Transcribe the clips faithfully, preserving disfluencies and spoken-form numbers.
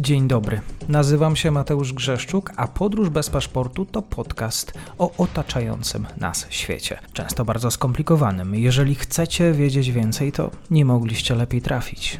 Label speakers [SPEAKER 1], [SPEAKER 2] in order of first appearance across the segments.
[SPEAKER 1] Dzień dobry, nazywam się Mateusz Grzeszczuk, a Podróż bez paszportu to podcast o otaczającym nas świecie. Często bardzo skomplikowanym. Jeżeli chcecie wiedzieć więcej, to nie mogliście lepiej trafić.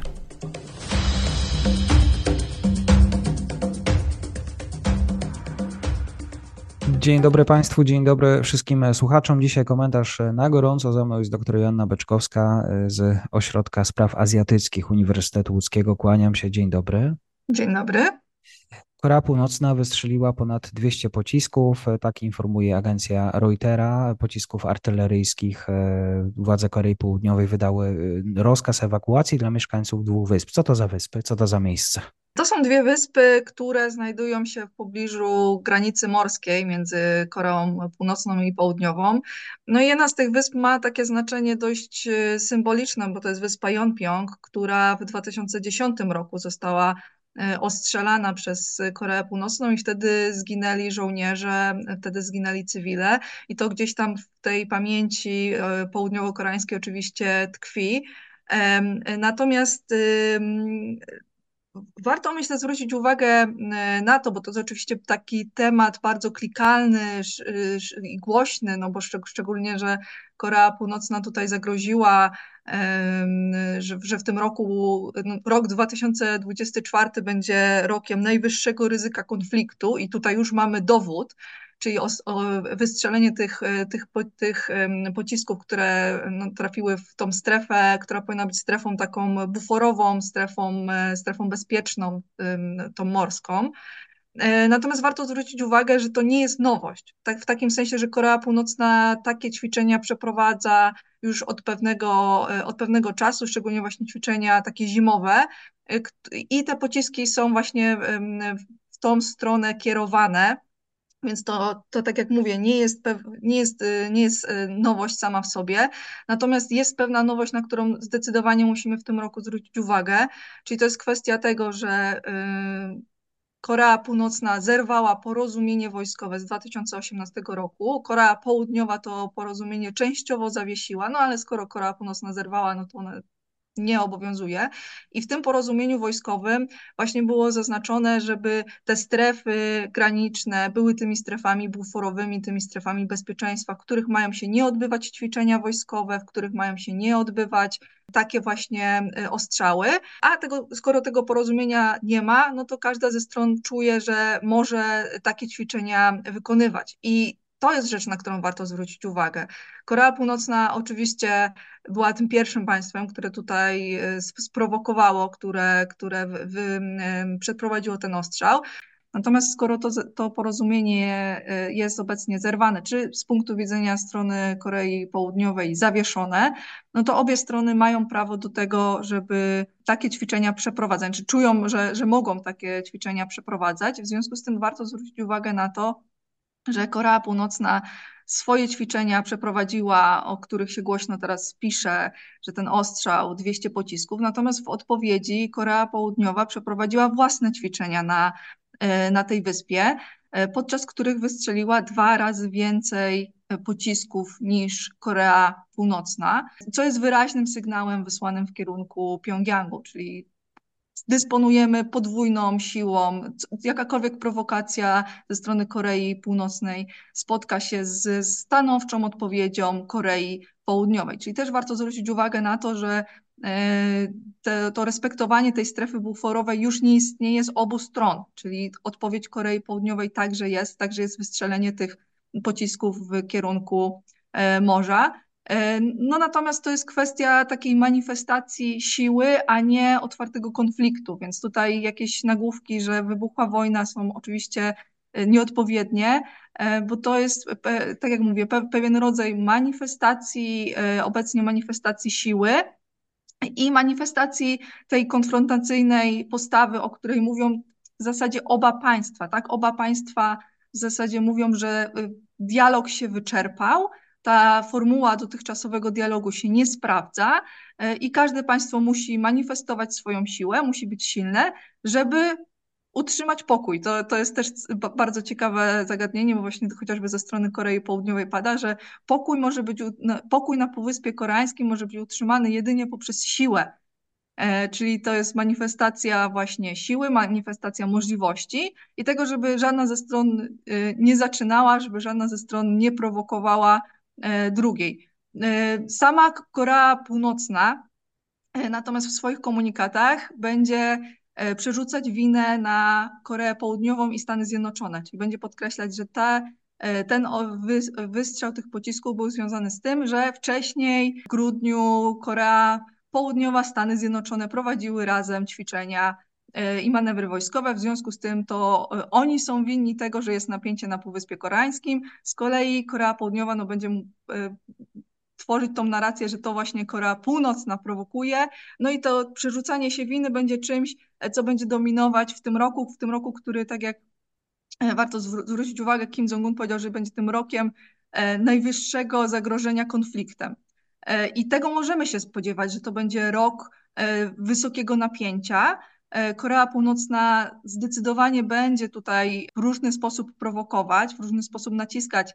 [SPEAKER 1] Dzień dobry Państwu, dzień dobry wszystkim słuchaczom. Dzisiaj komentarz na gorąco. Ze mną jest dr Joanna Beczkowska z Ośrodka Spraw Azjatyckich Uniwersytetu Łódzkiego. Kłaniam się, dzień dobry.
[SPEAKER 2] Dzień dobry.
[SPEAKER 1] Korea Północna wystrzeliła ponad dwieście pocisków, tak informuje agencja Reutera, pocisków artyleryjskich. Władze Korei Południowej wydały rozkaz ewakuacji dla mieszkańców dwóch wysp. Co to za wyspy? Co to za miejsce?
[SPEAKER 2] To są dwie wyspy, które znajdują się w pobliżu granicy morskiej między Koreą Północną i Południową. No i jedna z tych wysp ma takie znaczenie dość symboliczne, bo to jest wyspa Yeonpyeong, która w dwa tysiące dziesiątym roku została ostrzelana przez Koreę Północną i wtedy zginęli żołnierze, wtedy zginęli cywile i to gdzieś tam w tej pamięci południowo-koreańskiej oczywiście tkwi. Natomiast warto, myślę, zwrócić uwagę na to, bo to jest oczywiście taki temat bardzo klikalny i głośny, no bo szczególnie, że Korea Północna tutaj zagroziła, że, że w tym roku, no, rok dwa tysiące dwudziesty czwarty będzie rokiem najwyższego ryzyka konfliktu i tutaj już mamy dowód, czyli o, o wystrzelenie tych, tych, tych pocisków, które no, trafiły w tą strefę, która powinna być strefą taką buforową, strefą, strefą bezpieczną, tą morską. Natomiast warto zwrócić uwagę, że to nie jest nowość. Tak, w takim sensie, że Korea Północna takie ćwiczenia przeprowadza już od pewnego, od pewnego czasu, szczególnie właśnie ćwiczenia takie zimowe. I te pociski są właśnie w tą stronę kierowane. Więc to, to tak jak mówię, nie jest, nie, jest, nie jest nowość sama w sobie, natomiast jest pewna nowość, na którą zdecydowanie musimy w tym roku zwrócić uwagę, czyli to jest kwestia tego, że Korea Północna zerwała porozumienie wojskowe z dwa tysiące osiemnastego roku, Korea Południowa to porozumienie częściowo zawiesiła, no ale skoro Korea Północna zerwała, no to one nie obowiązuje. I w tym porozumieniu wojskowym właśnie było zaznaczone, żeby te strefy graniczne były tymi strefami buforowymi, tymi strefami bezpieczeństwa, w których mają się nie odbywać ćwiczenia wojskowe, w których mają się nie odbywać takie właśnie ostrzały. A tego, skoro tego porozumienia nie ma, no to każda ze stron czuje, że może takie ćwiczenia wykonywać. I to jest rzecz, na którą warto zwrócić uwagę. Korea Północna oczywiście była tym pierwszym państwem, które tutaj sprowokowało, które, które wy, wy, przeprowadziło ten ostrzał. Natomiast skoro to, to porozumienie jest obecnie zerwane, czy z punktu widzenia strony Korei Południowej zawieszone, no to obie strony mają prawo do tego, żeby takie ćwiczenia przeprowadzać, czy czują, że, że mogą takie ćwiczenia przeprowadzać. W związku z tym warto zwrócić uwagę na to, że Korea Północna swoje ćwiczenia przeprowadziła, o których się głośno teraz pisze, że ten ostrzał dwieście pocisków, natomiast w odpowiedzi Korea Południowa przeprowadziła własne ćwiczenia na, na tej wyspie, podczas których wystrzeliła dwa razy więcej pocisków niż Korea Północna, co jest wyraźnym sygnałem wysłanym w kierunku Pjongjangu, czyli dysponujemy podwójną siłą. Jakakolwiek prowokacja ze strony Korei Północnej spotka się z stanowczą odpowiedzią Korei Południowej. Czyli też warto zwrócić uwagę na to, że te, to respektowanie tej strefy buforowej już nie istnieje z obu stron, czyli odpowiedź Korei Południowej także jest, także jest wystrzelenie tych pocisków w kierunku morza. No natomiast to jest kwestia takiej manifestacji siły, a nie otwartego konfliktu, więc tutaj jakieś nagłówki, że wybuchła wojna, są oczywiście nieodpowiednie, bo to jest, tak jak mówię, pewien rodzaj manifestacji, obecnie manifestacji siły i manifestacji tej konfrontacyjnej postawy, o której mówią w zasadzie oba państwa, tak? Oba państwa w zasadzie mówią, że dialog się wyczerpał, ta formuła dotychczasowego dialogu się nie sprawdza i każde państwo musi manifestować swoją siłę, musi być silne, żeby utrzymać pokój. To, to jest też bardzo ciekawe zagadnienie, bo właśnie chociażby ze strony Korei Południowej pada, że pokój może być, pokój na Półwyspie Koreańskim może być utrzymany jedynie poprzez siłę. czyli to jest manifestacja właśnie siły, manifestacja możliwości i tego, żeby żadna ze stron nie zaczynała, żeby żadna ze stron nie prowokowała drugiej. Sama Korea Północna natomiast w swoich komunikatach będzie przerzucać winę na Koreę Południową i Stany Zjednoczone, czyli będzie podkreślać, że ta, ten wystrzał tych pocisków był związany z tym, że wcześniej w grudniu Korea Południowa, Stany Zjednoczone prowadziły razem ćwiczenia i manewry wojskowe. W związku z tym to oni są winni tego, że jest napięcie na Półwyspie Koreańskim. Z kolei Korea Południowa no, będzie tworzyć tą narrację, że to właśnie Korea Północna prowokuje. No i to przerzucanie się winy będzie czymś, co będzie dominować w tym roku, w tym roku, który tak jak warto zwrócić uwagę, Kim Jong-un powiedział, że będzie tym rokiem najwyższego zagrożenia konfliktem. I tego możemy się spodziewać, że to będzie rok wysokiego napięcia. Korea Północna zdecydowanie będzie tutaj w różny sposób prowokować, w różny sposób naciskać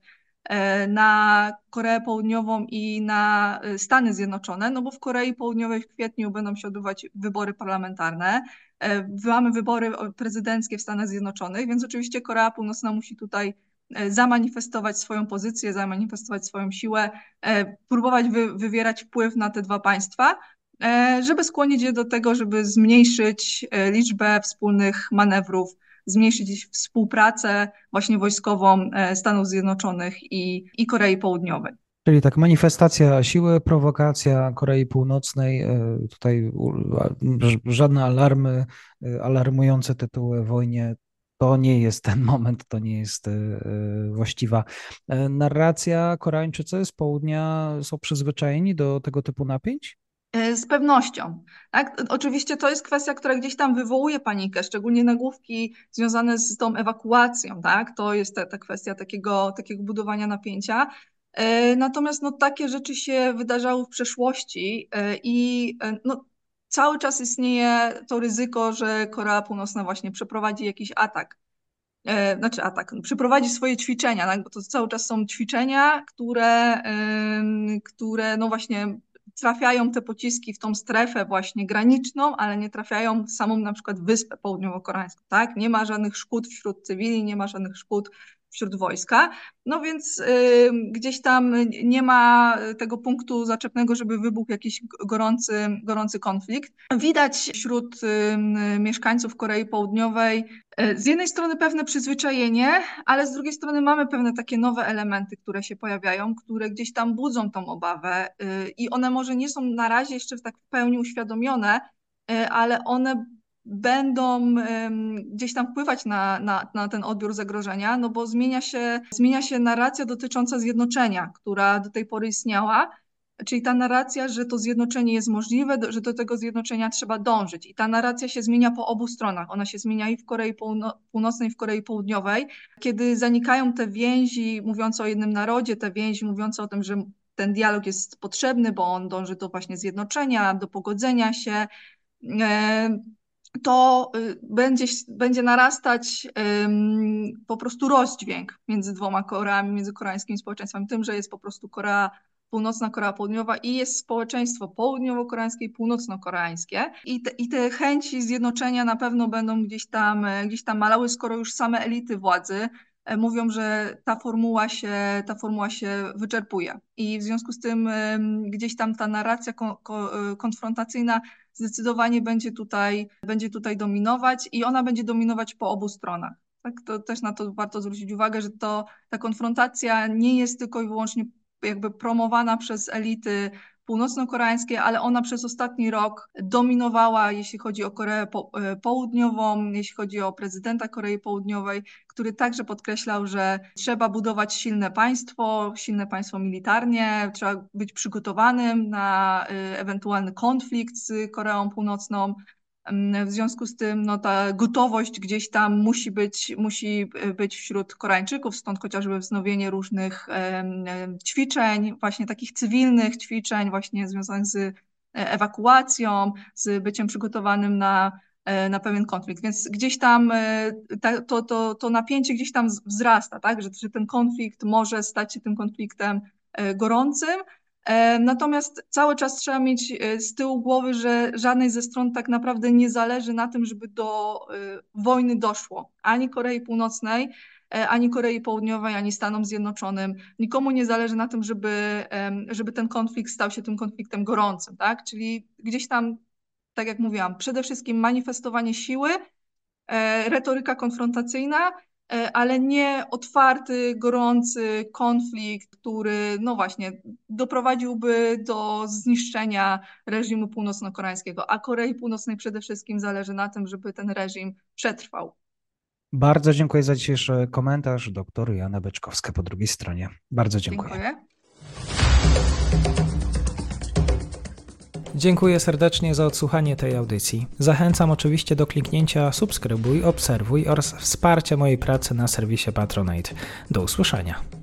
[SPEAKER 2] na Koreę Południową i na Stany Zjednoczone, no bo w Korei Południowej w kwietniu będą się odbywać wybory parlamentarne, mamy wybory prezydenckie w Stanach Zjednoczonych, więc oczywiście Korea Północna musi tutaj zamanifestować swoją pozycję, zamanifestować swoją siłę, próbować wy, wywierać wpływ na te dwa państwa, żeby skłonić je do tego, żeby zmniejszyć liczbę wspólnych manewrów, zmniejszyć współpracę właśnie wojskową Stanów Zjednoczonych i, i Korei Południowej.
[SPEAKER 1] Czyli tak, manifestacja siły, prowokacja Korei Północnej, tutaj żadne alarmy, alarmujące tytuły wojnie, to nie jest ten moment, to nie jest właściwa narracja. Koreańczycy z południa są przyzwyczajeni do tego typu napięć?
[SPEAKER 2] Z pewnością. Tak? Oczywiście to jest kwestia, która gdzieś tam wywołuje panikę, szczególnie nagłówki związane z tą ewakuacją. Tak? To jest ta, ta kwestia takiego, takiego budowania napięcia. Natomiast no, takie rzeczy się wydarzały w przeszłości i no, cały czas istnieje to ryzyko, że Korea Północna właśnie przeprowadzi jakiś atak. Znaczy atak, przeprowadzi swoje ćwiczenia, tak? Bo to cały czas są ćwiczenia, które, które no właśnie trafiają te pociski w tą strefę właśnie graniczną, ale nie trafiają w samą na przykład Wyspę Południowo-Koreańską, tak? Nie ma żadnych szkód wśród cywili, nie ma żadnych szkód wśród wojska, no więc y, gdzieś tam nie ma tego punktu zaczepnego, żeby wybuchł jakiś gorący, gorący konflikt. Widać wśród y, mieszkańców Korei Południowej z jednej strony pewne przyzwyczajenie, ale z drugiej strony mamy pewne takie nowe elementy, które się pojawiają, które gdzieś tam budzą tą obawę y, i one może nie są na razie jeszcze tak w pełni uświadomione, y, ale one będą gdzieś tam wpływać na, na, na ten odbiór zagrożenia, no bo zmienia się, zmienia się narracja dotycząca zjednoczenia, która do tej pory istniała, czyli ta narracja, że to zjednoczenie jest możliwe, że do tego zjednoczenia trzeba dążyć. I ta narracja się zmienia po obu stronach. Ona się zmienia i w Korei Północnej, i w Korei Południowej. Kiedy zanikają te więzi mówiące o jednym narodzie, te więzi mówiące o tym, że ten dialog jest potrzebny, bo on dąży do właśnie zjednoczenia, do pogodzenia się, to będzie, będzie narastać um, po prostu rozdźwięk między dwoma Koreami, między koreańskimi społeczeństwami, tym, że jest po prostu Korea Północna, Korea Południowa i jest społeczeństwo południowo-koreańskie i północno-koreańskie. I te, I te chęci zjednoczenia na pewno będą gdzieś tam, gdzieś tam malały, skoro już same elity władzy mówią, że ta formuła się, ta formuła się wyczerpuje. I w związku z tym gdzieś tam ta narracja konfrontacyjna zdecydowanie będzie tutaj, będzie tutaj dominować i ona będzie dominować po obu stronach. Tak, to też na to warto zwrócić uwagę, że to, ta konfrontacja nie jest tylko i wyłącznie jakby promowana przez elity północno-koreańskie, ale ona przez ostatni rok dominowała, jeśli chodzi o Koreę Południową, jeśli chodzi o prezydenta Korei Południowej, który także podkreślał, że trzeba budować silne państwo, silne państwo militarnie, trzeba być przygotowanym na ewentualny konflikt z Koreą Północną. W związku z tym no, ta gotowość gdzieś tam musi być, musi być wśród Koreańczyków, stąd chociażby wznowienie różnych um, ćwiczeń, właśnie takich cywilnych ćwiczeń, właśnie związanych z ewakuacją, z byciem przygotowanym na, na pewien konflikt. Więc gdzieś tam ta, to, to, to napięcie gdzieś tam wzrasta, tak? że, że ten konflikt może stać się tym konfliktem gorącym. Natomiast cały czas trzeba mieć z tyłu głowy, że żadnej ze stron tak naprawdę nie zależy na tym, żeby do wojny doszło. Ani Korei Północnej, ani Korei Południowej, ani Stanom Zjednoczonym. Nikomu nie zależy na tym, żeby, żeby ten konflikt stał się tym konfliktem gorącym, tak? Czyli gdzieś tam, tak jak mówiłam, przede wszystkim manifestowanie siły, retoryka konfrontacyjna, ale nie otwarty, gorący konflikt, który no właśnie doprowadziłby do zniszczenia reżimu północno-koreańskiego, a Korei Północnej przede wszystkim zależy na tym, żeby ten reżim przetrwał.
[SPEAKER 1] Bardzo dziękuję za dzisiejszy komentarz. Doktor Joanna Beczkowska po drugiej stronie. Bardzo dziękuję.
[SPEAKER 2] Dziękuję.
[SPEAKER 3] Dziękuję serdecznie za odsłuchanie tej audycji. Zachęcam oczywiście do kliknięcia subskrybuj, obserwuj oraz wsparcia mojej pracy na serwisie Patronite. Do usłyszenia.